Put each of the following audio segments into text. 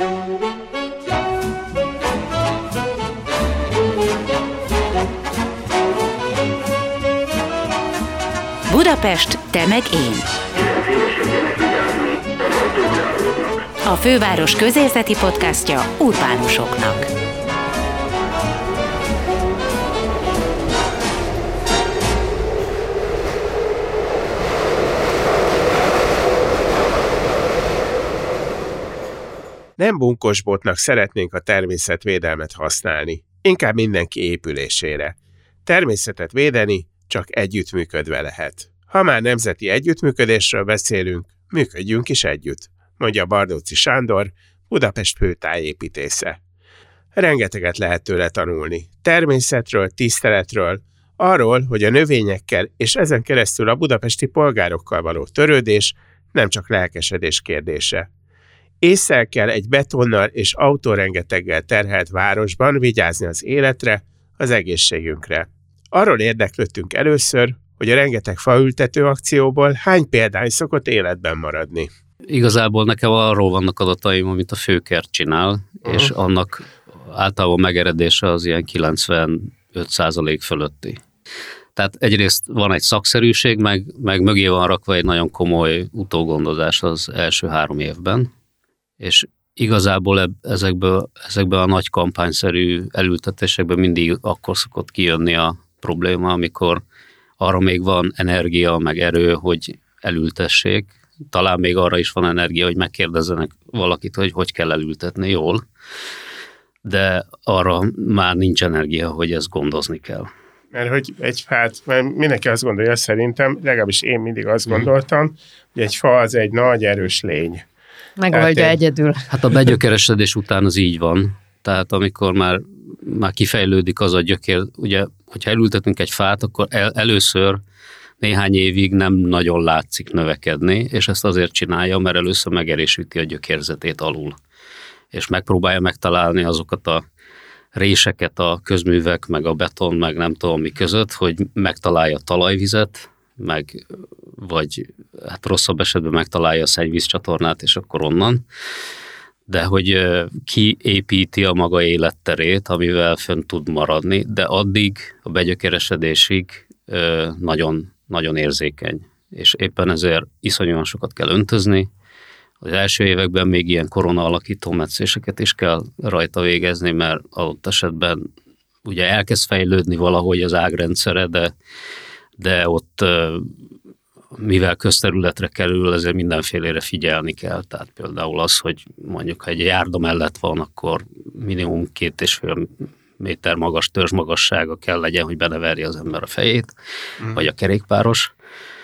Budapest, te meg én. A főváros közérzeti podcastja urbánusoknak. Nem bunkosbotnak szeretnénk a természetvédelmet használni, inkább mindenki épülésére. Természetet védeni csak együttműködve lehet. Ha már nemzeti együttműködésről beszélünk, működjünk is együtt, mondja Bardóczy Sándor, Budapest főtájépítésze. Rengeteget lehet tőle tanulni. Természetről, tiszteletről, arról, hogy a növényekkel és ezen keresztül a budapesti polgárokkal való törődés nem csak lelkesedés kérdése. Ésszel kell egy betonnal és autórengeteggel terhelt városban vigyázni az életre, az egészségünkre. Arról érdeklődtünk először, hogy a rengeteg faültető akcióból hány példány szokott életben maradni. Igazából nekem arról vannak adataim, amit a főkert csinál, és annak általában megeredése az ilyen 95% fölötti. Tehát egyrészt van egy szakszerűség, meg mögé van rakva egy nagyon komoly utógondozás az első 3 évben, és igazából ezekből a nagy kampányszerű elültetésekben mindig akkor szokott kijönni a probléma, amikor arra még van energia, meg erő, hogy elültessék. Talán még arra is van energia, hogy megkérdezzenek valakit, hogy kell elültetni jól, de arra már nincs energia, hogy ezt gondozni kell. Mert hogy egy fát, mert mindenki azt gondolja szerintem, legalábbis én mindig azt gondoltam, hogy egy fa az egy nagy erős lény. Megoldja egyedül. Hát a begyökeresedés után az így van. Tehát amikor már kifejlődik az a gyökér, ugye, hogyha elültetünk egy fát, akkor először néhány évig nem nagyon látszik növekedni, és ezt azért csinálja, mert először megerősíti a gyökérzetét alul. És megpróbálja megtalálni azokat a réseket a közművek, meg a beton, meg nem tudom mi között, hogy megtalálja a talajvizet, vagy hát rosszabb esetben megtalálja a szennyvízcsatornát, és akkor onnan. De hogy kiépíti a maga életterét, amivel fönn tud maradni, de addig a begyökeresedésig nagyon, nagyon érzékeny. És éppen ezért iszonyúan sokat kell öntözni. Az első években még ilyen korona alakító metszéseket is kell rajta végezni, mert adott esetben ugye elkezd fejlődni valahogy az ágrendszere, de ott mivel közterületre kerül, ezért mindenfélére figyelni kell. Tehát például az, hogy mondjuk, ha egy járda mellett van, akkor minimum 2,5 méter magas törzsmagassága kell legyen, hogy beneverje az ember a fejét, vagy a kerékpáros.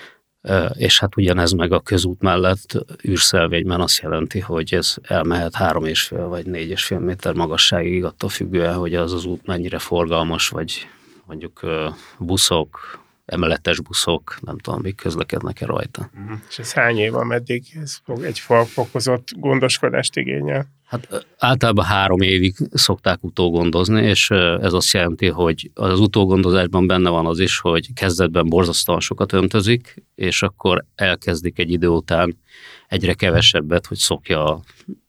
És hát ugyanez meg a közút mellett űrszelvényben azt jelenti, hogy ez elmehet 3,5 vagy 4,5 méter magasságig, attól függően, hogy az út mennyire forgalmas, vagy mondjuk buszok, emeletes buszok, nem tudom, mik közlekednek-e rajta. És ez hány év, ameddig ez egy fokozott gondoskodást igényel? Hát általában 3 évig szokták utógondozni, és ez azt jelenti, hogy az utógondozásban benne van az is, hogy kezdetben borzasztóan sokat öntözik, és akkor elkezdik egy idő után egyre kevesebbet, hogy szokja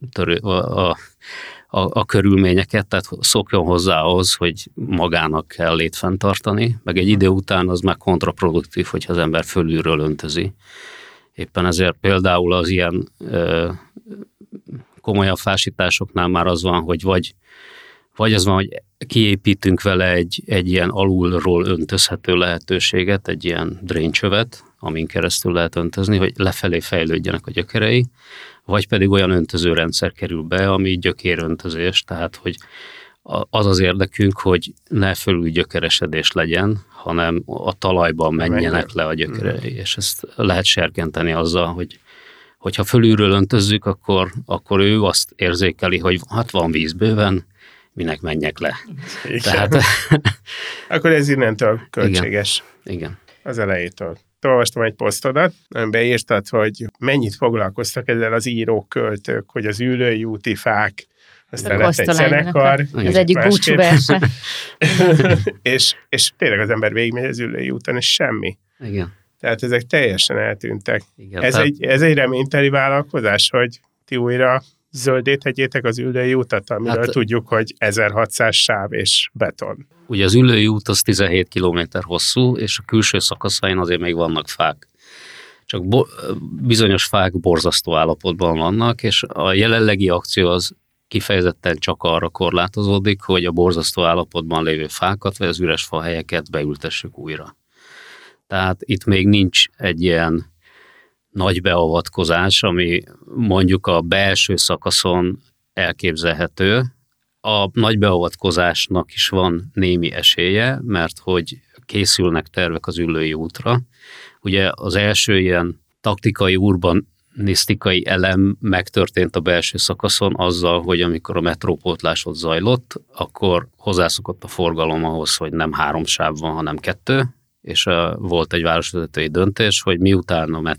a körülményeket, tehát szokjon hozzá ahhoz, hogy magának kell létfenntartani, meg egy idő után az már kontraproduktív, hogyha az ember fölülről öntözi. Éppen ezért például az ilyen komolyabb fásításoknál már az van, hogy vagy az van, hogy kiépítünk vele egy ilyen alulról öntözhető lehetőséget, egy ilyen dréncsövet, amin keresztül lehet öntözni, hogy lefelé fejlődjenek a gyökerei, vagy pedig olyan öntözőrendszer kerül be, ami gyökéröntözés, tehát hogy az érdekünk, hogy ne fölül gyökeresedés legyen, hanem a talajban menjenek le a gyökerei, és ezt lehet serkenteni azzal, hogyha fölülről öntözzük, akkor ő azt érzékeli, hogy hát van víz bőven, minek menjek le. Tehát, akkor ez innentől költséges. Igen. Az elejétől. Olvastam egy posztodat, amiben írtad, hogy mennyit foglalkoztak ezzel az írók, költők, hogy az Üllői úti fák, aztán lett egy zenekar. Az egyik búcsúverse. és tényleg az ember végigmegy az Üllői úton, és semmi. Igen. Tehát ezek teljesen eltűntek. Igen, ez egy reményteli vállalkozás, hogy ti újra zöldé tegyétek az Üllői utat, amiről tudjuk, hogy 1600 sáv és beton. Ugye az Üllői út az 17 kilométer hosszú, és a külső szakaszain azért még vannak fák. Csak bizonyos fák borzasztó állapotban vannak, és a jelenlegi akció az kifejezetten csak arra korlátozódik, hogy a borzasztó állapotban lévő fákat, vagy az üres fahelyeket beültessük újra. Tehát itt még nincs egy ilyen nagy beavatkozás, ami mondjuk a belső szakaszon elképzelhető. A nagy beavatkozásnak is van némi esélye, mert hogy készülnek tervek az Üllői útra. Ugye az első ilyen taktikai, urbanisztikai elem megtörtént a belső szakaszon azzal, hogy amikor a metrópótlás ott zajlott, akkor hozzászokott a forgalom ahhoz, hogy nem 3 sáv van, hanem 2, és volt egy városvezetői döntés, hogy miután a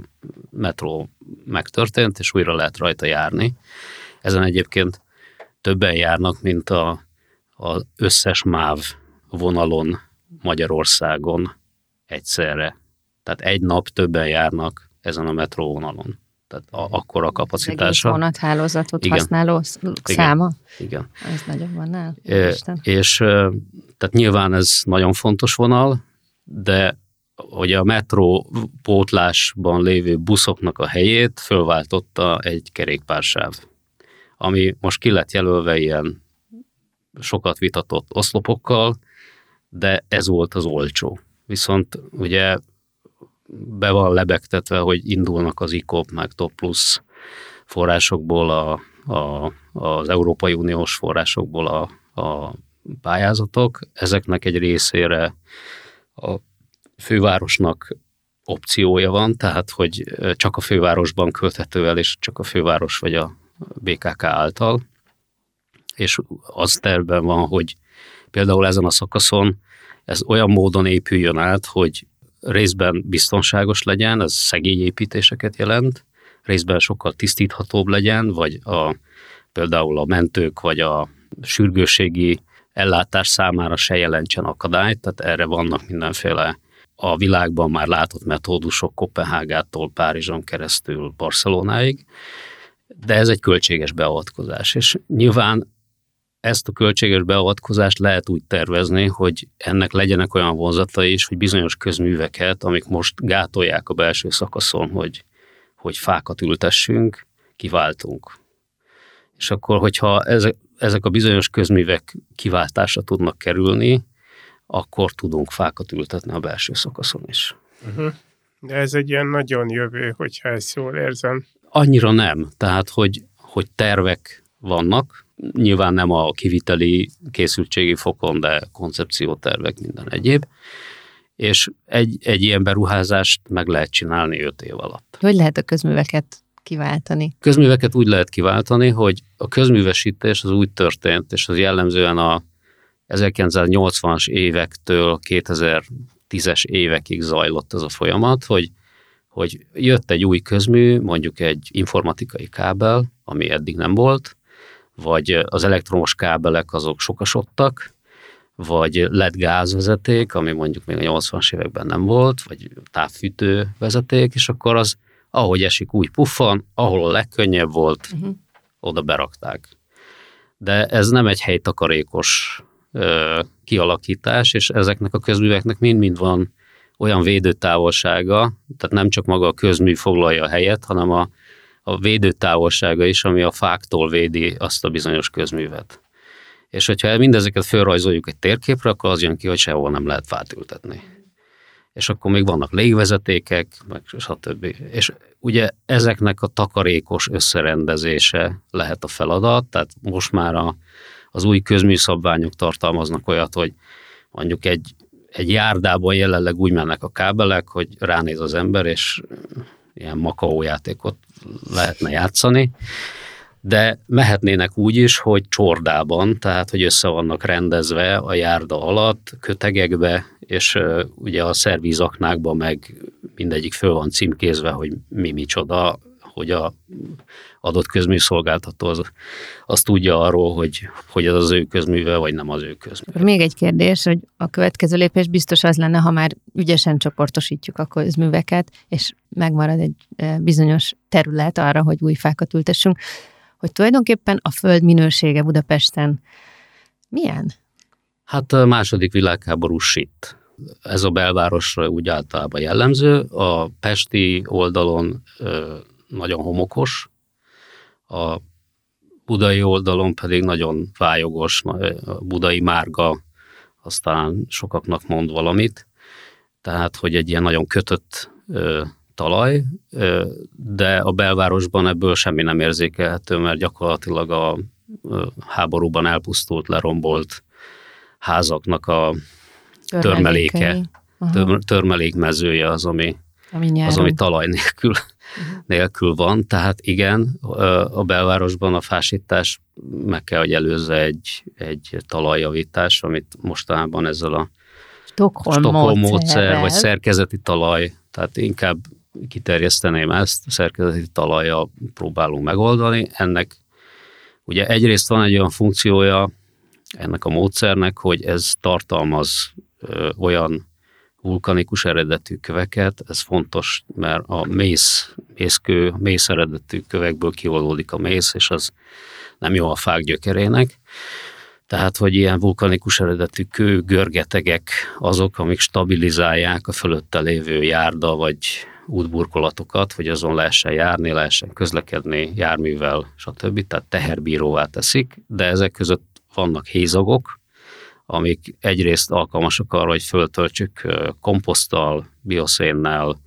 metró megtörtént, és újra lehet rajta járni. Ezen egyébként többen járnak, mint az összes MÁV vonalon Magyarországon egyszerre. Tehát egy nap többen járnak ezen a metróvonalon. Tehát akkora a kapacitása. Az egész vonathálózatot használó száma? Igen. Ez nagyon van nál. És tehát nyilván ez nagyon fontos vonal, de hogy a metrópótlásban lévő buszoknak a helyét fölváltotta egy kerékpársáv, ami most ki lett jelölve ilyen sokat vitatott oszlopokkal, de ez volt az olcsó. Viszont ugye be van lebegtetve, hogy indulnak az ICOP meg TOP Plus forrásokból, az Európai Uniós forrásokból a pályázatok. Ezeknek egy részére a fővárosnak opciója van, tehát hogy csak a fővárosban költhető el, és csak a főváros vagy a BKK által. És az tervben van, hogy például ezen a szakaszon ez olyan módon épüljön át, hogy részben biztonságos legyen, ez szegény építéseket jelent, részben sokkal tisztíthatóbb legyen, vagy például a mentők, vagy a sürgősségi ellátás számára se jelentsen akadályt, tehát erre vannak mindenféle a világban már látott metódusok Koppenhágától Párizson keresztül Barcelonáig, de ez egy költséges beavatkozás, és nyilván ezt a költséges beavatkozást lehet úgy tervezni, hogy ennek legyenek olyan vonzatai is, hogy bizonyos közműveket, amik most gátolják a belső szakaszon, hogy fákat ültessünk, kiváltunk. És akkor, hogyha ezek a bizonyos közművek kiváltásra tudnak kerülni, akkor tudunk fákat ültetni a belső szakaszon is. Uh-huh. De ez egy ilyen nagyon jövő, hogyha ezt jól érzem. Annyira nem. Tehát, hogy tervek vannak, nyilván nem a kiviteli készültségi fokon, de koncepciótervek, minden egyéb. És egy ilyen beruházást meg lehet csinálni 5 év alatt. Hogy lehet a közműveket kiváltani? Közműveket úgy lehet kiváltani, hogy a közművesítés az úgy történt, és az jellemzően a 1980-as évektől 2010-es évekig zajlott ez a folyamat, hogy jött egy új közmű, mondjuk egy informatikai kábel, ami eddig nem volt, vagy az elektromos kábelek azok sokasodtak, vagy lett gázvezeték, ami mondjuk még a 80-as években nem volt, vagy távfűtő vezeték, és akkor az, ahogy esik, úgy puffan, ahol a legkönnyebb volt, oda berakták. De ez nem egy helytakarékos kialakítás, és ezeknek a közműveknek mind-mind van olyan védőtávolsága, tehát nem csak maga a közmű foglalja a helyet, hanem a védőtávolsága is, ami a fáktól védi azt a bizonyos közművet. És hogyha mindezeket felrajzoljuk egy térképre, akkor az jön ki, hogy sehol nem lehet fát ültetni. És akkor még vannak légvezetékek, meg stb. És ugye ezeknek a takarékos összerendezése lehet a feladat, tehát most már az új közműszabványok tartalmaznak olyat, hogy mondjuk egy járdában jelenleg úgy mennek a kábelek, hogy ránéz az ember, és ilyen Makao játékot lehetne játszani, de mehetnének úgy is, hogy csordában, tehát hogy össze vannak rendezve a járda alatt, kötegekbe, és ugye a szervízaknákban meg mindegyik föl van címkézve, hogy mi micsoda, hogy a adott közműszolgáltató az tudja arról, hogy ez az ő közműve, vagy nem az ő közműve. Még egy kérdés, hogy a következő lépés biztos az lenne, ha már ügyesen csoportosítjuk a közműveket, és megmarad egy bizonyos terület arra, hogy új fákat ültessünk, hogy tulajdonképpen a föld minősége Budapesten milyen? Hát a második világháború sitt. Ez a belvárosra úgy általában jellemző. A pesti oldalon nagyon homokos, a budai oldalon pedig nagyon vályogos, a budai márga, aztán sokaknak mond valamit. Tehát, hogy egy ilyen nagyon kötött talaj, de a belvárosban ebből semmi nem érzékelhető, mert gyakorlatilag a háborúban elpusztult, lerombolt házaknak a törmelékmezője az, ami talaj nélkül van. Tehát igen, a belvárosban a fásítás meg kell, hogy előzze egy talajjavítás, amit mostanában ezzel a Stockholm módszer, vagy szerkezeti talaj, tehát inkább kiterjeszteném ezt, szerkezeti talajjal próbálunk megoldani. Ennek ugye egyrészt van egy olyan funkciója ennek a módszernek, hogy ez tartalmaz olyan vulkanikus eredetű köveket, ez fontos, mert a mész eredetű kövekből kioldódik a mész, és az nem jó a fák gyökerének. Tehát, hogy ilyen vulkanikus eredetű kő, görgetegek azok, amik stabilizálják a fölötte lévő járda vagy útburkolatokat, hogy azon lehessen járni, lehessen közlekedni járművel, stb. Tehát teherbíróvá teszik, de ezek között vannak hézagok, amik egyrészt alkalmasak arra, hogy föltöltsük komposzttal, bioszénnel,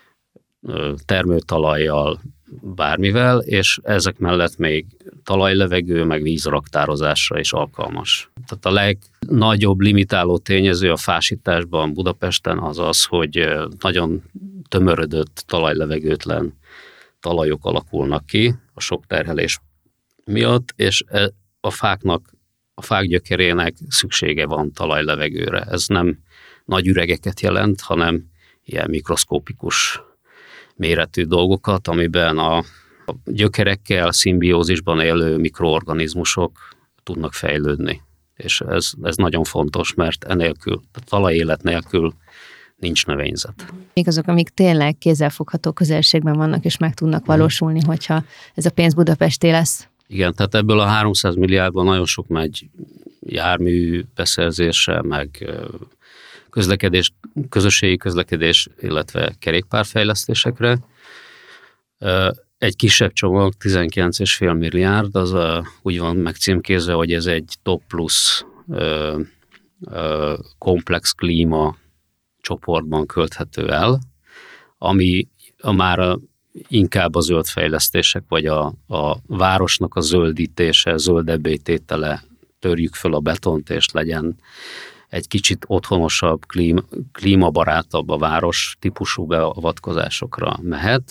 termőtalajjal, bármivel, és ezek mellett még talajlevegő, meg vízraktározásra is alkalmas. Tehát a legnagyobb limitáló tényező a fásításban Budapesten az az, hogy nagyon tömörödött, talajlevegőtlen talajok alakulnak ki a sok terhelés miatt, és a fák gyökerének szüksége van talajlevegőre. Ez nem nagy üregeket jelent, hanem ilyen mikroszkópikus méretű dolgokat, amiben a gyökerekkel szimbiózisban élő mikroorganizmusok tudnak fejlődni. És ez nagyon fontos, mert enélkül, a talajélet nélkül nincs növényzet. Még azok, amik tényleg kézzelfogható közelségben vannak, és meg tudnak valósulni, hogyha ez a pénz budapesti lesz. Igen, tehát ebből a 300 milliárdban nagyon sok megy jármű beszerzésre, meg közösségi közlekedés, illetve kerékpárfejlesztésekre. Egy kisebb csomag, 19,5 milliárd, az úgy van megcímkézve, hogy ez egy top plusz komplex klíma csoportban költhető el, ami már inkább a zöld fejlesztések, vagy a városnak a zöldítése, zöldebbé tétele, törjük föl a betont, és legyen egy kicsit otthonosabb, klímabarátabb a város típusú beavatkozásokra mehet.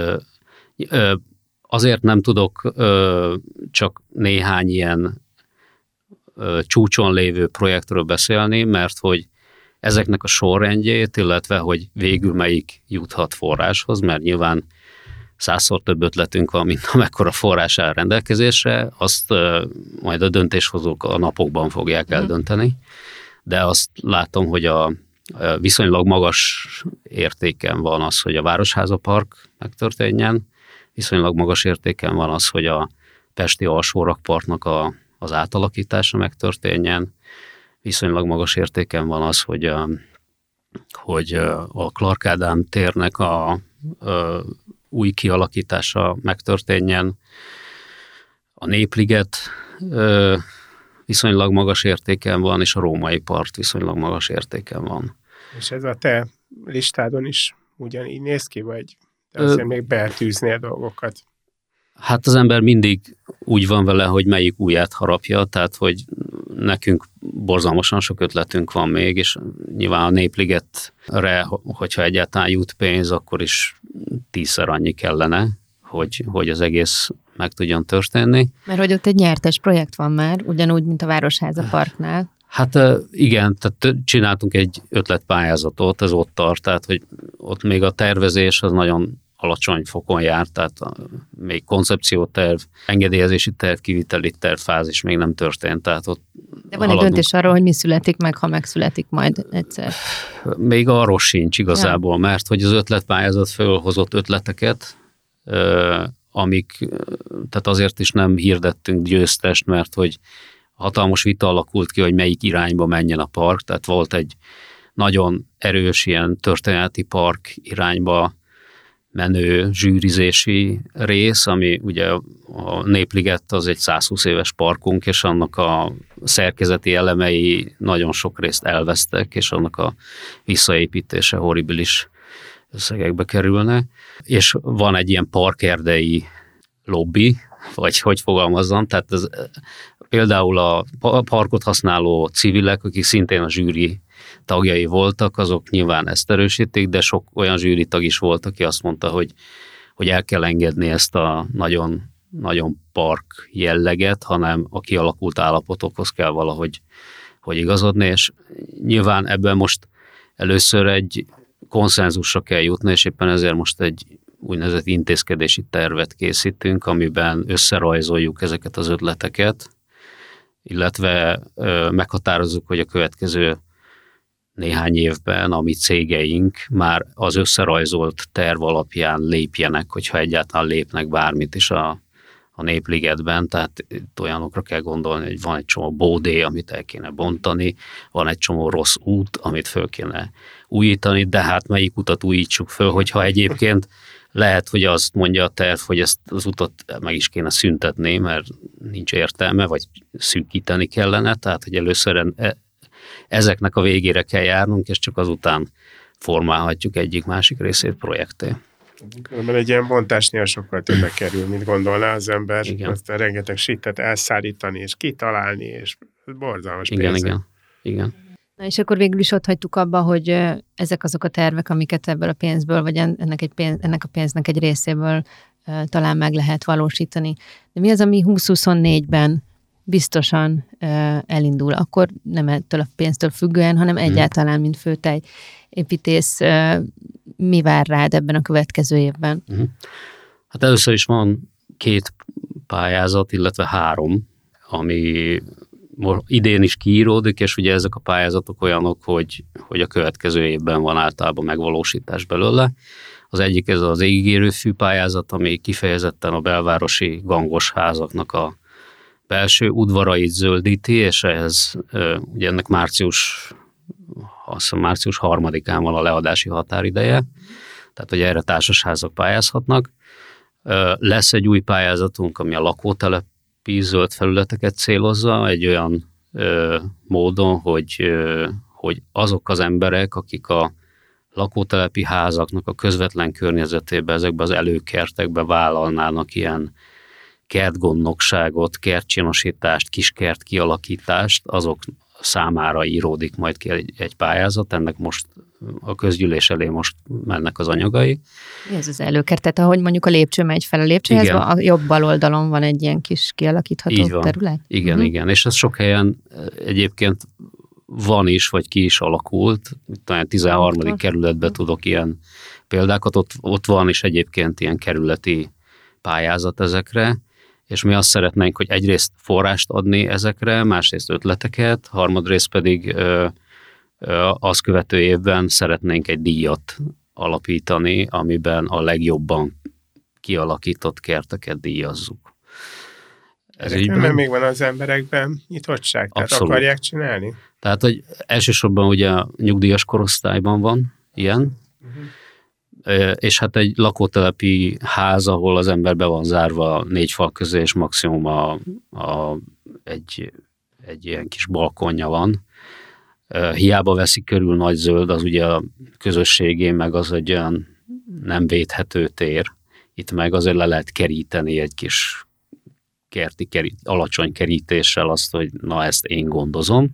Azért nem tudok csak néhány ilyen csúcson lévő projektről beszélni, mert hogy ezeknek a sorrendjét, illetve hogy végül melyik juthat forráshoz, mert nyilván 100-szor több ötletünk van, mint amekkora forrás áll rendelkezésre, azt majd a döntéshozók a napokban fogják eldönteni. De azt látom, hogy a viszonylag magas értéken van az, hogy a Városháza Park megtörténjen, viszonylag magas értéken van az, hogy a pesti alsórakpartnak az átalakítása megtörténjen, viszonylag magas értéken van az, hogy a Clark Ádám térnek a új kialakítása megtörténjen, a Népliget viszonylag magas értéken van, és a Római part viszonylag magas értéken van. És ez a te listádon is ugyanígy néz ki, vagy azért még beltűznél dolgokat? Hát az ember mindig úgy van vele, hogy melyik ujját harapja, tehát hogy nekünk borzalmasan sok ötletünk van még, és nyilván a Népligetre, hogyha egyáltalán jut pénz, akkor is 10-szer annyi kellene, hogy az egész meg tudjon történni. Mert hogy ott egy nyertes projekt van már, ugyanúgy, mint a Városháza Parknál. Hát igen, tehát csináltunk egy ötletpályázatot, ez ott tart, tehát hogy ott még a tervezés az nagyon alacsony fokon jár, tehát még koncepcióterv, engedélyezési terv, kiviteli terv fázis még nem történt, tehát ott de van egy döntés arról, hogy mi születik meg, ha megszületik majd egyszer. Még arról sincs igazából, mert hogy az ötletpályázat fölhozott ötleteket, tehát azért is nem hirdettünk győztest, mert hogy hatalmas vita alakult ki, hogy melyik irányba menjen a park, tehát volt egy nagyon erős ilyen történeti park irányba menő zsűrizési rész, ami ugye a Népliget az egy 120 éves parkunk, és annak a szerkezeti elemei nagyon sok részt elvesztek, és annak a visszaépítése horribilis összegekbe kerülne. És van egy ilyen parkerdei lobby, vagy hogy fogalmazzam, tehát ez, például a parkot használó civilek, akik szintén a zsűri tagjai voltak, azok nyilván ezt erősítik, de sok olyan zsűritag is volt, aki azt mondta, hogy el kell engedni ezt a nagyon, nagyon park jelleget, hanem a kialakult állapotokhoz kell valahogy igazodni, és nyilván ebben most először egy konszenzusra kell jutni, és éppen ezért most egy úgynevezett intézkedési tervet készítünk, amiben összerajzoljuk ezeket az ötleteket, illetve meghatározzuk, hogy a következő néhány évben a mi cégeink már az összerajzolt terv alapján lépjenek, hogyha egyáltalán lépnek bármit is a Népligetben, tehát itt olyanokra kell gondolni, hogy van egy csomó bódé, amit el kéne bontani, van egy csomó rossz út, amit föl kéne újítani, de hát melyik utat újítsuk föl, hogyha egyébként lehet, hogy azt mondja a terv, hogy ezt az utat meg is kéne szüntetni, mert nincs értelme, vagy szűkíteni kellene, tehát hogy először ezeknek a végére kell járnunk, és csak azután formálhatjuk egyik-másik részét projekté. Mert egy ilyen bontásnél sokkal többbe kerül, mint gondolná az ember. Igen. Aztán rengeteg sítet elszállítani, és kitalálni, és borzalmas pénz. Igen. Na és akkor végül is ott hagytuk abba, hogy ezek azok a tervek, amiket ebből a pénzből, vagy ennek a pénznek egy részéből talán meg lehet valósítani. De mi az, ami 2024-ben biztosan elindul? Akkor nem ettől a pénztől függően, hanem egyáltalán, mint főtájépítész, mi vár rád ebben a következő évben? Hát először is van 2 pályázat, illetve 3, ami idén is kiíródik, és ugye ezek a pályázatok olyanok, hogy a következő évben van általában megvalósítás belőle. Az egyik ez az égigérő fű pályázat, ami kifejezetten a belvárosi gangos házaknak a belső udvarait zöldíti, és ehhez ugye ennek március 3-án van a leadási határideje, tehát hogy erre társasházak pályázhatnak. Lesz egy új pályázatunk, ami a lakótelepi zöld felületeket célozza, egy olyan módon, hogy azok az emberek, akik a lakótelepi házaknak a közvetlen környezetében, ezekben az előkertekbe vállalnának ilyen kertgondnokságot, kertcsinosítást, kiskert kialakítást, azok számára íródik majd ki egy pályázat, ennek most a közgyűlés elé most mennek az anyagai. Ez az előkert, tehát ahogy mondjuk a lépcső megy fel a lépcsőhez, a jobb bal oldalon van egy ilyen kis kialakítható terület? Igen, igen, és ez sok helyen egyébként van is, vagy ki is alakult, talán 13. kerületben tudok ilyen példákat, ott van is egyébként ilyen kerületi pályázat ezekre, és mi azt szeretnénk, hogy egyrészt forrást adni ezekre, másrészt ötleteket, harmadrészt pedig azt követő évben szeretnénk egy díjat alapítani, amiben a legjobban kialakított kerteket díjazzuk. Mert még van az emberekben nyitottság, tehát abszolút. Akarják csinálni? Tehát, hogy elsősorban ugye a nyugdíjas korosztályban van ilyen, és hát egy lakótelepi ház, ahol az ember be van zárva 4 fal közé, és maximum egy ilyen kis balkonja van. Hiába veszik körül nagy zöld, az ugye a közösségé, meg az egy olyan nem védhető tér. Itt meg azért le lehet keríteni egy kis alacsony kerítéssel azt, hogy na ezt én gondozom.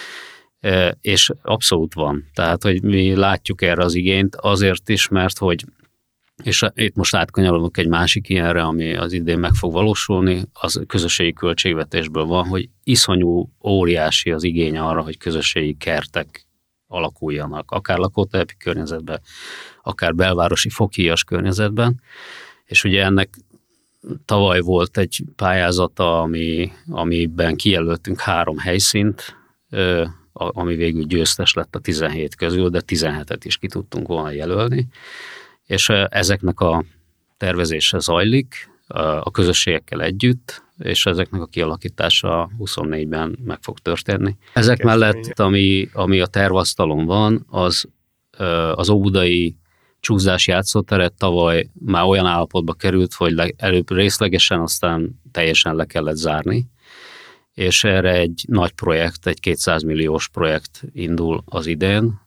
És abszolút van. Tehát, hogy mi látjuk erre az igényt azért is, mert hogy, és itt most átkanyarodok egy másik ilyenre, ami az idén meg fog valósulni, az közösségi költségvetésből van, hogy iszonyú óriási az igény arra, hogy közösségi kertek alakuljanak, akár lakótelepi környezetben, akár belvárosi foghíjas környezetben, és ugye ennek tavaly volt egy pályázata, amiben kijelöltünk 3 helyszínt, ami végül győztes lett a 17 közül, de 17-et is ki tudtunk volna jelölni, és ezeknek a tervezése zajlik. a közösségekkel együtt, és ezeknek a kialakítása 24-ben meg fog történni. Ezek mellett, ami a tervasztalon van, az óbudai csúszás játszóteret tavaly már olyan állapotba került, hogy előbb részlegesen, aztán teljesen le kellett zárni, és erre egy nagy projekt, egy 200 milliós projekt indul az idén,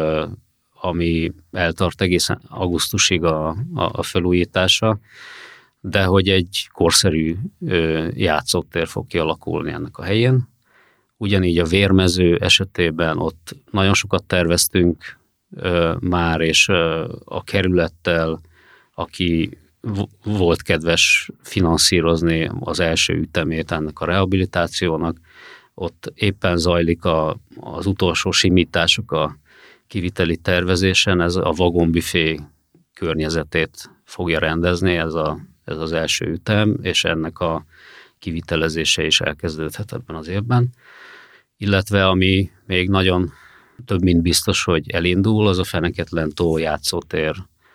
ami eltart egészen augusztusig a felújítása, de hogy egy korszerű játszótér fog kialakulni ennek a helyén. Ugyanígy a Vérmező esetében ott nagyon sokat terveztünk már, és a kerülettel, aki volt kedves finanszírozni az első ütemét ennek a rehabilitációnak, ott éppen zajlik az utolsó simítások a kiviteli tervezésen, ez a vagonbüfé környezetét fogja rendezni, ez az első ütem, és ennek a kivitelezése is elkezdődhet ebben az évben. Illetve ami még nagyon több mint biztos, hogy elindul, az a Feneketlen tó játszótér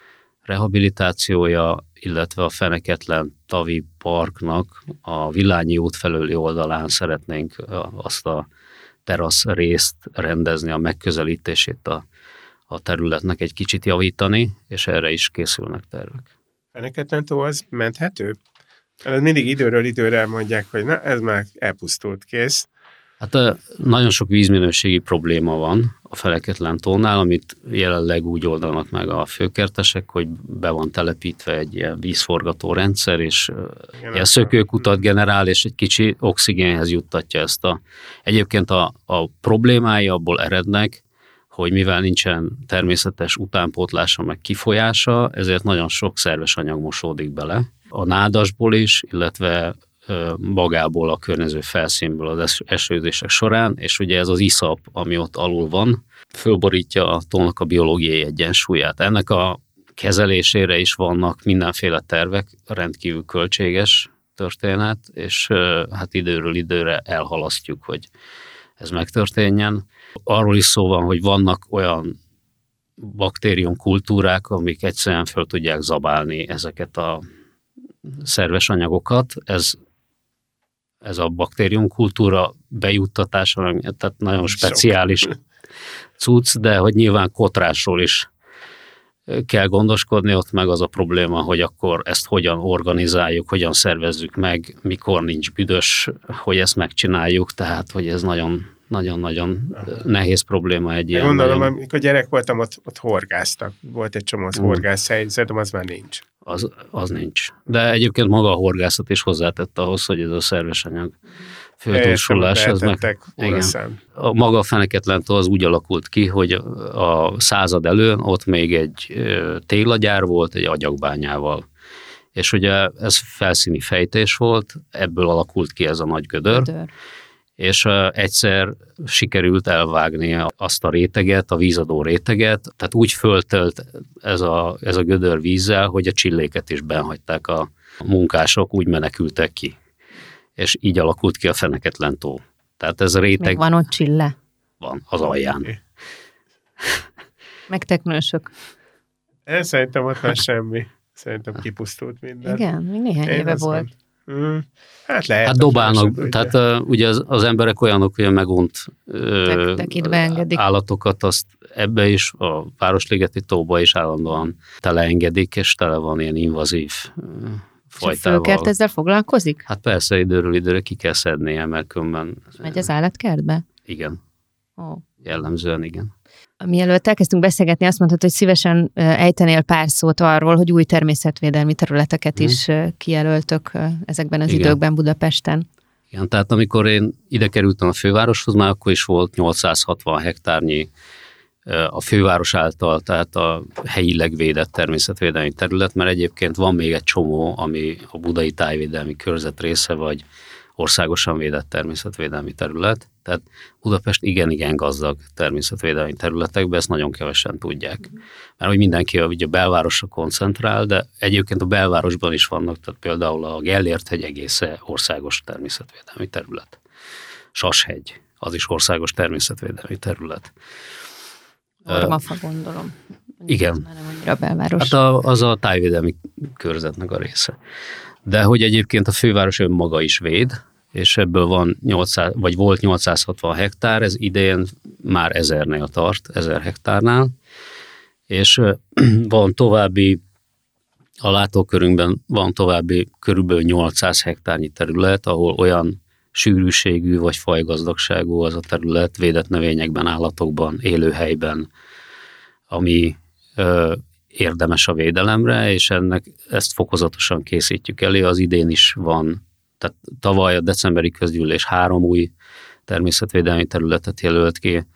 rehabilitációja, illetve a Feneketlen tavi parknak a Villányi út felőli oldalán szeretnénk azt a terasz részt rendezni, a megközelítését a területnek egy kicsit javítani, és erre is készülnek tervek. Feneketlen tó az menthető? Mindig időről időre mondják, hogy na, ez már elpusztult, kész. Hát nagyon sok vízminőségi probléma van a Feneketlen tónál, amit jelenleg úgy oldanak meg a főkertesek, hogy be van telepítve egy ilyen vízforgató rendszer, és ilyen szökőkutat generál, és egy kicsi oxigénhez juttatja ezt Egyébként a problémái abból erednek, hogy mivel nincsen természetes utánpótlása meg kifolyása, ezért nagyon sok szerves anyag mosódik bele. A nádasból is, illetve magából a környező felszínből az esőzések során, és ugye ez az iszap, ami ott alul van, fölborítja a tónak a biológiai egyensúlyát. Ennek a kezelésére is vannak mindenféle tervek, rendkívül költséges történet, és hát időről időre elhalasztjuk, hogy ez megtörténjen. Arról is szó van, hogy vannak olyan baktériumkultúrák, amik egyszerűen föl tudják zabálni ezeket a szerves anyagokat. Ez a baktériumkultúra bejuttatása, tehát nagyon speciális cucc, de hogy nyilván kotrásról is kell gondoskodni, ott meg az a probléma, hogy akkor ezt hogyan organizáljuk, hogyan szervezzük meg, mikor nincs büdös, hogy ezt megcsináljuk, tehát hogy ez nagyon-nagyon nehéz probléma egy ilyen. Gondolom, amikor gyerek voltam, ott horgáztak. Volt egy csomó horgászhely, szerintem az már nincs. Az nincs. De egyébként maga a horgászat is hozzátett ahhoz, hogy ez a szerves anyag föltúlsulás. A maga a Feneketlen tó az úgy alakult ki, hogy a század előn ott még egy téglagyár volt, egy agyagbányával. És ugye ez felszíni fejtés volt, ebből alakult ki ez a nagy gödör. És egyszer sikerült elvágni azt a réteget, a vízadó réteget, tehát úgy föltölt ez a gödör vízzel, hogy a csilléket is benhagyták a munkások, úgy menekültek ki. És így alakult ki a Feneketlen tó. Tehát ez a réteg... Még van ott csille? Van, az alján. Meg teknősök. Szerintem ott már semmi. Szerintem kipusztult minden. Igen, még néhány éve volt. Hát lehet. Hát dobálnak, tehát ugye az emberek olyanok, hogy a megont állatokat, azt ebbe is, a Városligeti tóba is állandóan teleengedik, és tele van ilyen invazív fajtával. És a fölkert ezzel foglalkozik? Hát persze, időről időre ki kell szednie, mert különben... Megy az állatkertbe? Igen. Jellemzően igen. Mielőtt elkezdtünk beszélgetni, azt mondtad, hogy szívesen ejtenél pár szót arról, hogy új természetvédelmi területeket is kijelöltök ezekben az időkben Budapesten. Igen, tehát amikor én ide kerültem a fővároshoz, már akkor is volt 860 hektárnyi a főváros által, tehát a helyileg védett természetvédelmi terület, mert egyébként van még egy csomó, ami a budai tájvédelmi körzet része, vagy országosan védett természetvédelmi terület. Tehát Budapest igen gazdag természetvédelmi területekben, ezt nagyon kevesen tudják. Mert hogy mindenki a belvárosra koncentrál, de egyébként a belvárosban is vannak, tehát például a Gellért-hegy egésze országos természetvédelmi terület. Sashegy, az is országos természetvédelmi terület. Ormafa, gondolom. Igen. Már nem annyira belváros. Hát az a tájvédelmi körzetnek a része. De hogy egyébként a főváros önmaga is véd, és ebből van 800, vagy volt 860 hektár, ez idén már 1000-nél tart, 1000 hektárnál, és van további, a látókörünkben van további körülbelül 800 hektárnyi terület, ahol olyan sűrűségű vagy fajgazdagságú az a terület védett növényekben, állatokban, élőhelyben, ami érdemes a védelemre, és ezt fokozatosan készítjük elő. Az idén is van, tehát tavaly a decemberi közgyűlés 3 új természetvédelmi területet jelölt ki,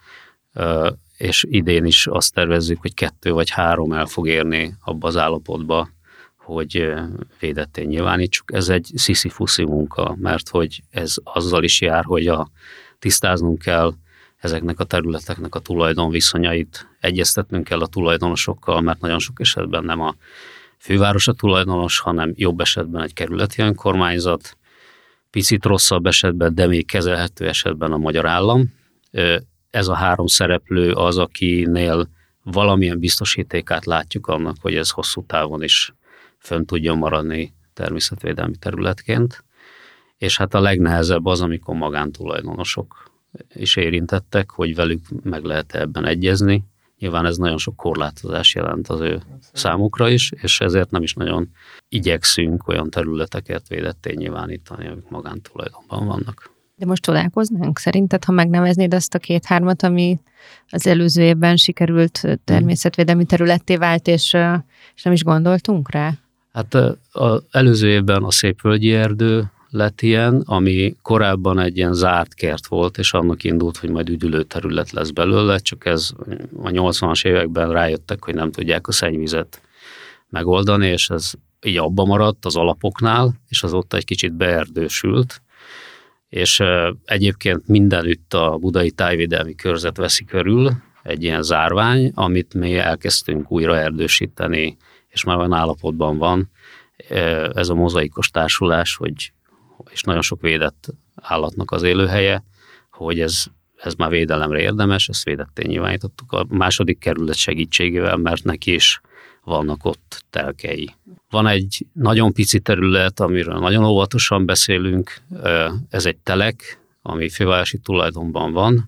és idén is azt tervezzük, hogy 2 vagy 3 el fog érni abba az állapotba, hogy védettén nyilvánítsuk. Ez egy sziszifuszi munka, mert hogy ez azzal is jár, hogy tisztáznunk kell ezeknek a területeknek a tulajdonviszonyait, egyeztetnünk kell a tulajdonosokkal, mert nagyon sok esetben nem a főváros a tulajdonos, hanem jobb esetben egy kerületi önkormányzat, picit rosszabb esetben, de még kezelhető esetben a magyar állam. Ez a 3 szereplő az, akinél valamilyen biztosítékát látjuk annak, hogy ez hosszú távon is fönn tudjon maradni természetvédelmi területként. És hát a legnehezebb az, amikor magántulajdonosok is érintettek, hogy velük meg lehet ebben egyezni. Nyilván ez nagyon sok korlátozás jelent az ő számukra is, és ezért nem is nagyon igyekszünk olyan területeket védetté nyilvánítani, amik magántulajdonban vannak. De most csodálkoznánk szerinted, ha megneveznéd azt a 2-3-at, ami az előző évben sikerült természetvédelmi területté vált, és nem is gondoltunk rá? Hát az előző évben a Szépvölgyi erdő lett ilyen, ami korábban egy ilyen zárt kert volt, és annak indult, hogy majd üdülő terület lesz belőle, csak ez a 80-as években rájöttek, hogy nem tudják a szennyvizet megoldani, és ez így abba maradt az alapoknál, és azóta egy kicsit beerdősült, és egyébként mindenütt a Budai Tájvédelmi Körzet veszi körül egy ilyen zárvány, amit mi elkezdtünk újra erdősíteni, és már olyan állapotban van ez a mozaikos társulás, és nagyon sok védett állatnak az élőhelye, hogy ez már védelemre érdemes, ezt védetté nyilvánítottuk a második kerület segítségével, mert neki is vannak ott telkei. Van egy nagyon pici terület, amiről nagyon óvatosan beszélünk, ez egy telek, ami fővárosi tulajdonban van,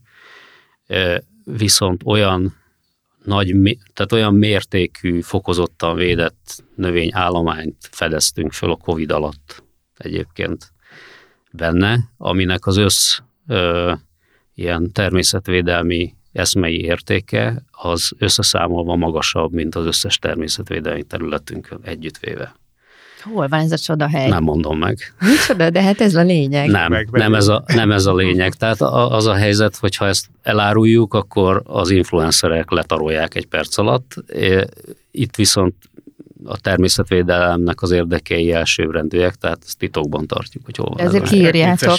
viszont olyan olyan mértékű, fokozottan védett növényállományt fedeztünk föl a Covid alatt egyébként benne, aminek az ilyen természetvédelmi eszmei értéke az összeszámolva magasabb, mint az összes természetvédelmi területünkön együttvéve. Hol van ez a csodahely? Nem mondom meg. Micsoda, de hát ez a lényeg. Nem ez a lényeg. Tehát az a helyzet, hogyha ezt eláruljuk, akkor az influencerek letarolják egy perc alatt. Itt viszont a természetvédelemnek az érdekei elsőrendűek, tehát ezt titokban tartjuk, hogy hol van. Ezért kiírjátok.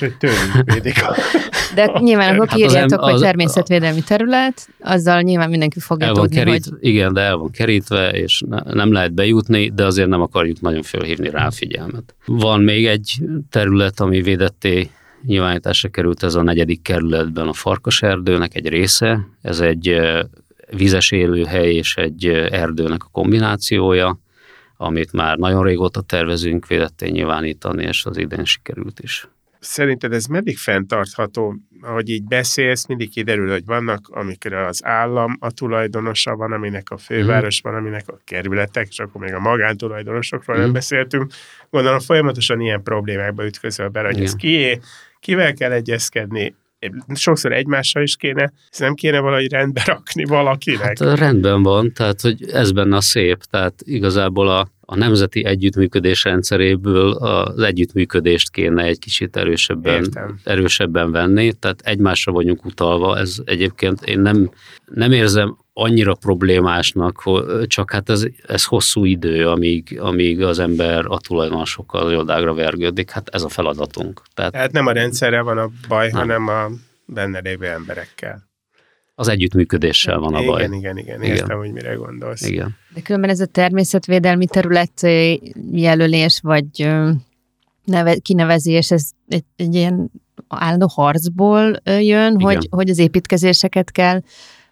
De nyilván, akkor kiírjátok, hogy természetvédelmi terület, azzal nyilván mindenki fogja tudni, hogy... Igen, de el van kerítve, és nem lehet bejutni, de azért nem akarjuk nagyon fölhívni rá a figyelmet. Van még egy terület, ami védetté nyilvánításra került, ez a 4. kerületben a Farkaserdőnek egy része. Ez egy vízes élőhely és egy erdőnek a kombinációja, amit már nagyon régóta tervezünk védetté nyilvánítani, és az idén sikerült is. Szerinted ez meddig fenntartható? Ahogy így beszélsz, mindig kiderül, hogy vannak, amikre az állam a tulajdonosa, van, aminek a főváros, van, aminek a kerületek, és akkor még a magántulajdonosokról nem beszéltünk. Gondolom folyamatosan ilyen problémákba ütközöl bele, hogy ez kivel kell egyezkedni, sokszor egymással is kéne, ezt nem kéne valahogy rendbe rakni valakinek? Hát rendben van, tehát hogy ez benne a szép, tehát igazából a nemzeti együttműködés rendszeréből az együttműködést kéne egy kicsit erősebben venni, tehát egymásra vagyunk utalva, ez egyébként én nem érzem annyira problémásnak, csak hát ez hosszú idő, amíg az ember a tulajdonosokkal az oldágra vergődik, hát ez a feladatunk. Tehát nem a rendszerrel van a baj, hanem a benne lévő emberekkel. Az együttműködéssel van a baj. Igen. Értem, hogy mire gondolsz. Igen. De különben ez a természetvédelmi terület jelölés, vagy kinevezés, ez egy ilyen állandó harcból jön, hogy az építkezéseket kell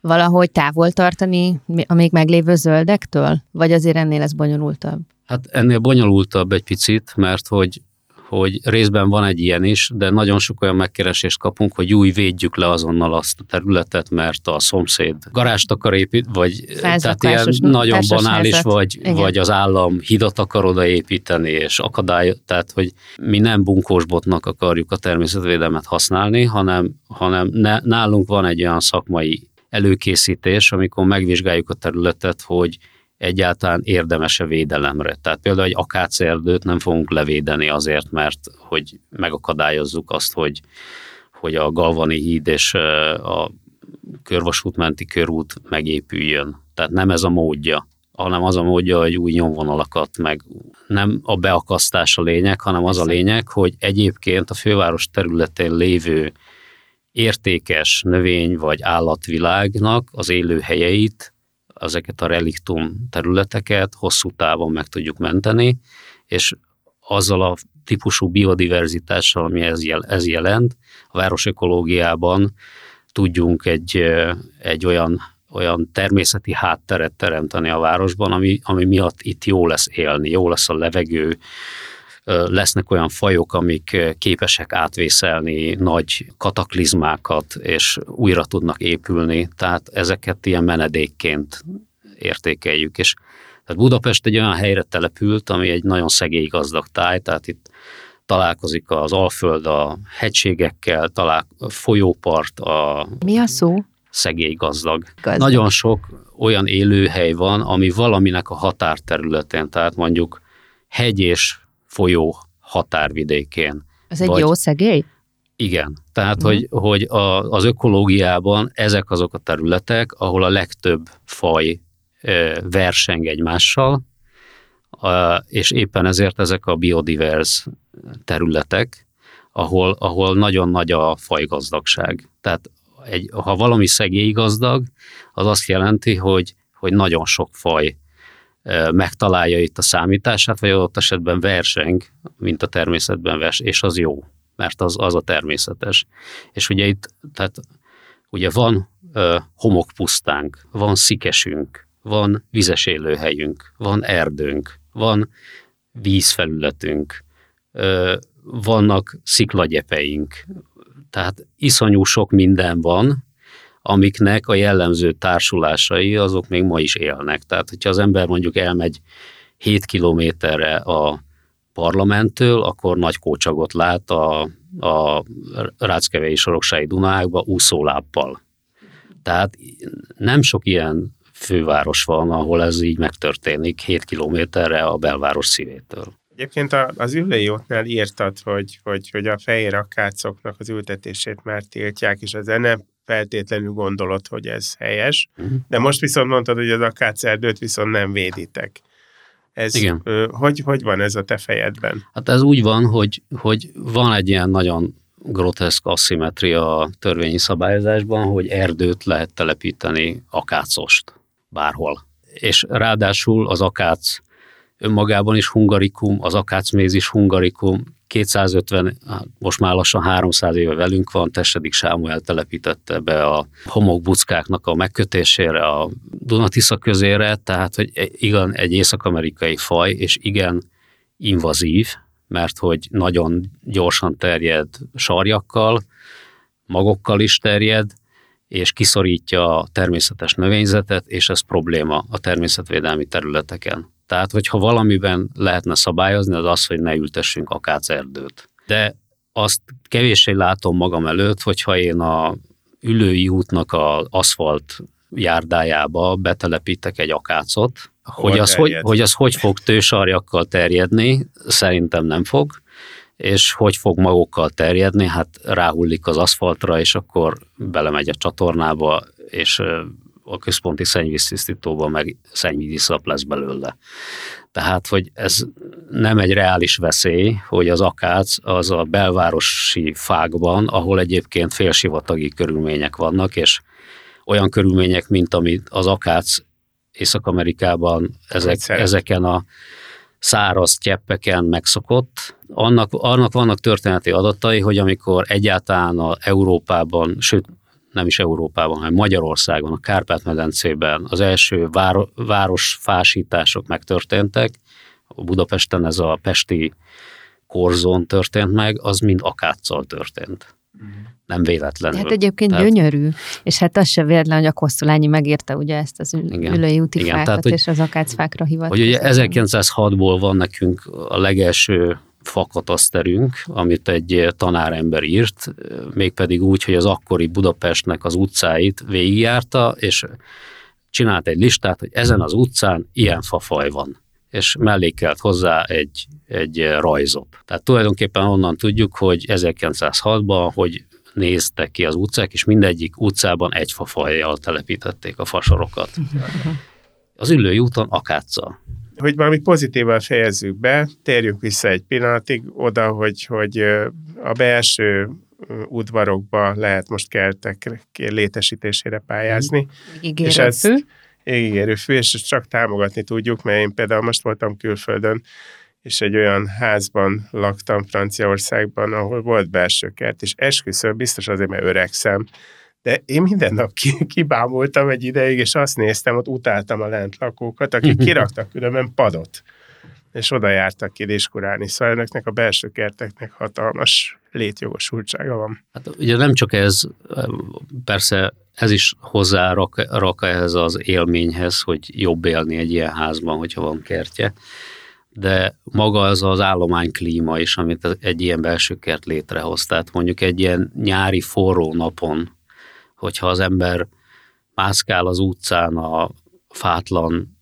valahogy távol tartani a még meglévő zöldektől? Vagy azért ennél ez bonyolultabb? Hát ennél bonyolultabb egy picit, mert hogy részben van egy ilyen is, de nagyon sok olyan megkeresést kapunk, hogy védjük le azonnal azt a területet, mert a szomszéd garást akar építeni, vagy tehát ilyen nagyon banális, vagy az állam hidat akar odaépíteni, és akadály, tehát hogy mi nem bunkósbotnak akarjuk a természetvédelmet használni, hanem nálunk van egy olyan szakmai előkészítés, amikor megvizsgáljuk a területet, hogy egyáltalán érdemes-e védelemre. Tehát például egy akácerdőt nem fogunk levédeni azért, mert hogy megakadályozzuk azt, hogy a Galvani híd és a körvasútmenti körút megépüljön. Tehát nem ez a módja, hanem az a módja, hogy új nyomvonalakat, meg nem a beakasztás a lényeg, hanem az a lényeg, hogy egyébként a főváros területén lévő értékes növény vagy állatvilágnak az élőhelyeit, ezeket a reliktum területeket hosszú távon meg tudjuk menteni, és azzal a típusú biodiverzitással, ami ez jelent, a városökológiában tudjunk egy olyan természeti hátteret teremteni a városban, ami miatt itt jó lesz élni, jó lesz a levegő, lesznek olyan fajok, amik képesek átvészelni nagy kataklizmákat, és újra tudnak épülni, tehát ezeket ilyen menedékként értékeljük. És tehát Budapest egy olyan helyre települt, ami egy nagyon szegély gazdag táj, tehát itt találkozik az Alföld a hegységekkel, a folyópart, Mi a szó? Szegély gazdag. Nagyon sok olyan élőhely van, ami valaminek a határterületén, tehát mondjuk hegy és folyó határvidékén. Ez egy jó szegély? Igen. Tehát, hogy az ökológiában ezek azok a területek, ahol a legtöbb faj verseng egymással, és éppen ezért ezek a biodiverz területek, ahol nagyon nagy a fajgazdagság. Tehát ha valami szegély gazdag, az azt jelenti, hogy nagyon sok faj megtalálja itt a számítását, vagy adott esetben verseng, mint a természetben és az jó, mert az a természetes. És ugye itt, tehát ugye van homokpusztánk, van szikesünk, van vizes élőhelyünk, van erdőnk, van vízfelületünk, vannak szikлагyepeink, tehát iszonyú sok minden van, amiknek a jellemző társulásai azok még ma is élnek. Tehát, hogyha az ember mondjuk elmegy 7 kilométerre a parlamenttől, akkor nagy kócsagot lát a Ráckevei Soroksági Dunákba úszólábbal. Tehát nem sok ilyen főváros van, ahol ez így megtörténik 7 kilométerre a belváros szívétől. Egyébként az Üllői útnál írtad, hogy a fehér akácoknak az ültetését már tiltják, és ezzel nem feltétlenül gondolod, hogy ez helyes, de most viszont mondtad, hogy az akácerdőt viszont nem véditek. Igen. Hogy van ez a te fejedben? Hát ez úgy van, hogy van egy ilyen nagyon groteszk asszimetria a törvényi szabályozásban, hogy erdőt lehet telepíteni akácost bárhol. És ráadásul az akác önmagában is hungarikum, az akácméz is hungarikum, 250, most már lassan 300 éve velünk van, Tessedik Sámuel telepítette be a homokbuckáknak a megkötésére, a Duna-Tisza közére, tehát hogy igen, egy észak-amerikai faj, és igen invazív, mert hogy nagyon gyorsan terjed sarjakkal, magokkal is terjed, és kiszorítja a természetes növényzetet, és ez probléma a természetvédelmi területeken. Tehát, hogyha valamiben lehetne szabályozni, az az, hogy ne ültessünk akácerdőt. De azt kevéssé látom magam előtt, hogyha én a Üllői útnak az aszfalt járdájába betelepítek egy akácot, hogy az hogy fog tősarjakkal terjedni, szerintem nem fog, és hogy fog magokkal terjedni, hát ráhullik az aszfaltra, és akkor belemegy a csatornába, és a központi szennyvíztisztítóban meg szennyvíziszap lesz belőle. Tehát, hogy ez nem egy reális veszély, hogy az akác az a belvárosi fákban, ahol egyébként félsivatagi körülmények vannak, és olyan körülmények, mint amit az akác Észak-Amerikában ezeken a száraz cseppeken megszokott. Annak vannak történeti adatai, hogy amikor egyáltalán Európában, sőt nem is Európában, hanem Magyarországon, a Kárpát-medencében az első városfásítások megtörténtek, Budapesten ez a pesti korzón történt meg, az mind akáccal történt. Nem véletlenül. Hát egyébként gyönyörű, és hát az se véletlen, hogy a Kosztolányi megírta ugye ezt az ülői úti fákat, tehát, és az akácfákra hivatkozott. Hogy ugye 1906-ból van nekünk a legelső fakataszterünk, amit egy tanárember írt, mégpedig úgy, hogy az akkori Budapestnek az utcáit végigjárta, és csinált egy listát, hogy ezen az utcán ilyen fafaj van, és mellékelt hozzá egy rajzot. Tehát tulajdonképpen onnan tudjuk, hogy 1906-ban, hogy néztek ki az utcák, és mindegyik utcában egy fafajjal telepítették a fasorokat. Az Üllői úton akáccal. Hogy valami pozitívan fejezzük be, térjünk vissza egy pillanatig oda, hogy a belső udvarokba lehet most kertek létesítésére pályázni. Ígérőfű, és ezt csak támogatni tudjuk, mert én például most voltam külföldön, és egy olyan házban laktam Franciaországban, ahol volt belső kert, és esküszöm, biztos azért, mert öregszem, de én minden nap kibámultam egy ideig, és azt néztem, ott utáltam a lentlakókat, akik kiraktak különben padot, és oda jártak ki diskurálni. Szóval önöknek a belső kerteknek hatalmas létjogosultsága van. Hát ugye nem csak ez, persze ez is hozzárak ehhez az élményhez, hogy jobb élni egy ilyen házban, hogyha van kertje, de maga az állományklíma is, amit egy ilyen belső kert létrehoz. Tehát mondjuk egy ilyen nyári forró napon, hogyha az ember mászkál az utcán, a fátlan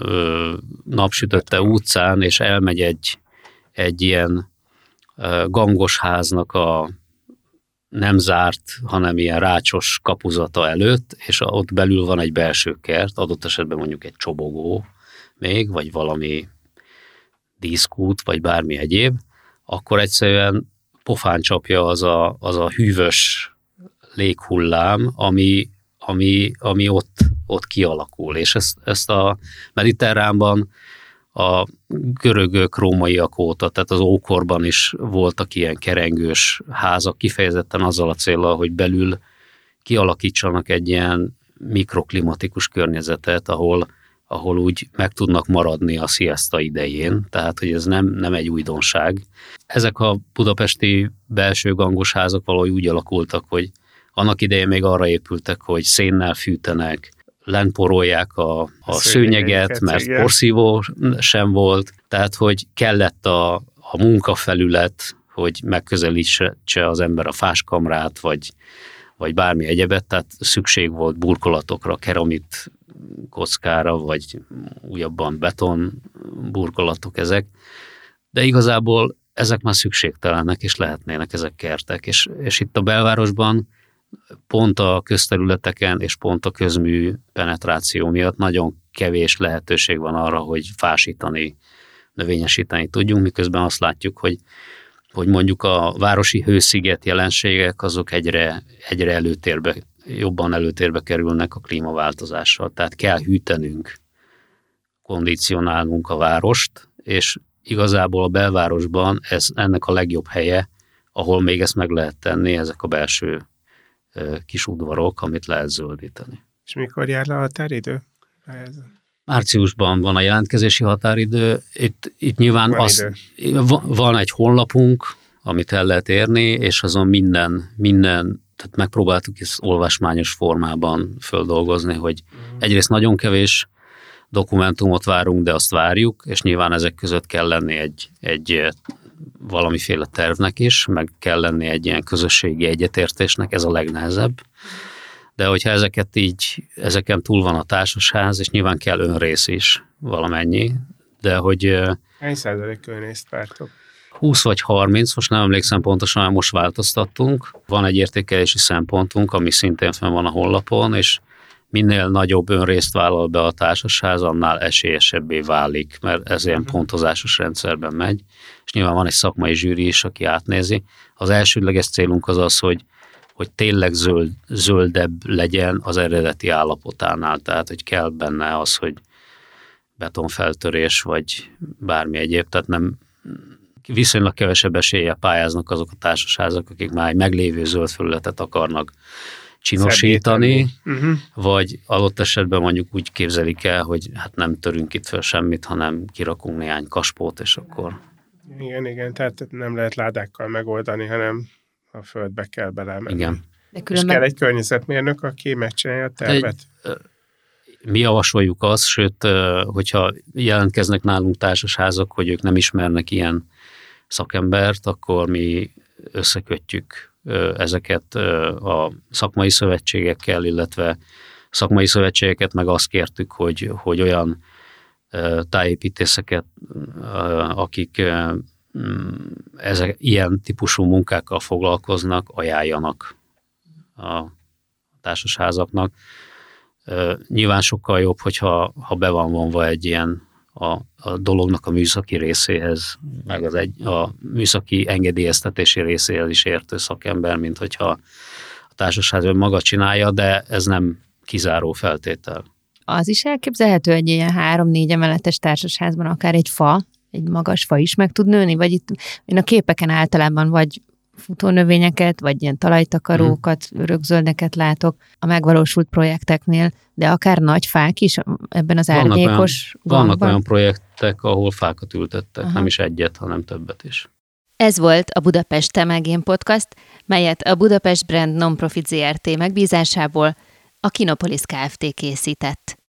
napsütötte utcán, és elmegy egy ilyen gangos háznak a nem zárt, hanem ilyen rácsos kapuzata előtt, és ott belül van egy belső kert, adott esetben mondjuk egy csobogó még, vagy valami díszkút, vagy bármi egyéb, akkor egyszerűen pofán csapja az a hűvös léghullám, ami ott kialakul. És ezt a mediterránban a görögök, rómaiak óta, tehát az ókorban is voltak ilyen kerengős házak, kifejezetten azzal a céllal, hogy belül kialakítsanak egy ilyen mikroklimatikus környezetet, ahol úgy meg tudnak maradni a sziaszta idején, tehát hogy ez nem egy újdonság. Ezek a budapesti belső gangos házak valahogy úgy alakultak, hogy annak idején még arra épültek, hogy szénnel fűtenek, lenporolják a szőnyeget, mert porszívó sem volt, tehát hogy kellett a munkafelület, hogy megközelítse az ember a fáskamrát, vagy bármi egyebet, tehát szükség volt burkolatokra, keramit kockára, vagy újabban beton burkolatok ezek, de igazából ezek már szükségtelenek, és lehetnének ezek kertek, és itt a belvárosban pont a közterületeken és pont a közmű penetráció miatt nagyon kevés lehetőség van arra, hogy fásítani, növényesíteni tudjunk, miközben azt látjuk, hogy mondjuk a városi hősziget jelenségek azok egyre jobban előtérbe kerülnek a klímaváltozással. Tehát kell hűtenünk, kondicionálnunk a várost, és igazából a belvárosban ennek a legjobb helye, ahol még ezt meg lehet tenni, ezek a belső kis udvarok, amit lehet zöldíteni. És mikor jár le a határidő? Márciusban van a jelentkezési határidő. Itt nyilván van egy honlapunk, amit el lehet érni, és azon minden, tehát megpróbáltuk ezt olvasmányos formában földolgozni, hogy egyrészt nagyon kevés dokumentumot várunk, de azt várjuk, és nyilván ezek között kell lenni egy valamiféle tervnek is, meg kell lenni egy ilyen közösségi egyetértésnek, ez a legnehezebb. De hogyha ezeken túl van a társasház, és nyilván kell önrész is valamennyi, de hogy... Hány százalék önrészt vártok? 20 vagy 30, most nem emlékszem pontosan, mert most változtattunk. Van egy értékelési szempontunk, ami szintén fenn van a honlapon, és minél nagyobb önrészt vállal be a társasház, annál esélyesebbé válik, mert ez ilyen pontozásos rendszerben megy, és nyilván van egy szakmai zsűri is, aki átnézi. Az elsődleges célunk az, hogy tényleg zöldebb legyen az eredeti állapotánál, tehát hogy kell benne az, hogy betonfeltörés, vagy bármi egyéb, tehát nem viszonylag kevesebb eséllyel pályáznak azok a társasházak, akik már egy meglévő zöld felületet akarnak csinosítani, vagy adott esetben mondjuk úgy képzelik el, hogy hát nem törünk itt fel semmit, hanem kirakunk néhány kaspót, és akkor... Igen, tehát nem lehet ládákkal megoldani, hanem a földbe kell belemenni. Igen. De különben... És kell egy környezetmérnök, aki megcsinálja a tervet? Mi javasoljuk azt, sőt, hogyha jelentkeznek nálunk társasházak, hogy ők nem ismernek ilyen szakembert, akkor mi összekötjük ezeket a szakmai szövetségekkel, illetve szakmai szövetségeket meg azt kértük, hogy olyan tájépítészeket, akik ilyen típusú munkákkal foglalkoznak, ajánljanak a társasházaknak. Nyilván sokkal jobb, hogyha be van vonva egy ilyen a dolognak a műszaki részéhez, meg a műszaki engedélyeztetési részéhez is értő szakember, mint hogyha a társaság maga csinálja, de ez nem kizáró feltétel. Az is elképzelhető, egy ilyen 3-4 emeletes társasházban akár egy magas fa is meg tud nőni, vagy itt én a képeken általában vagy futónövényeket, vagy ilyen talajtakarókat, rögzöldeket látok a megvalósult projekteknél, de akár nagy fák is ebben az árnyékos gangban. Vannak olyan projektek, ahol fákat ültettek, nem is egyet, hanem többet is. Ez volt a Budapest Te meg én podcast, melyet a Budapest Brand Nonprofit Zrt. Megbízásából a Kinopolis Kft. Készített.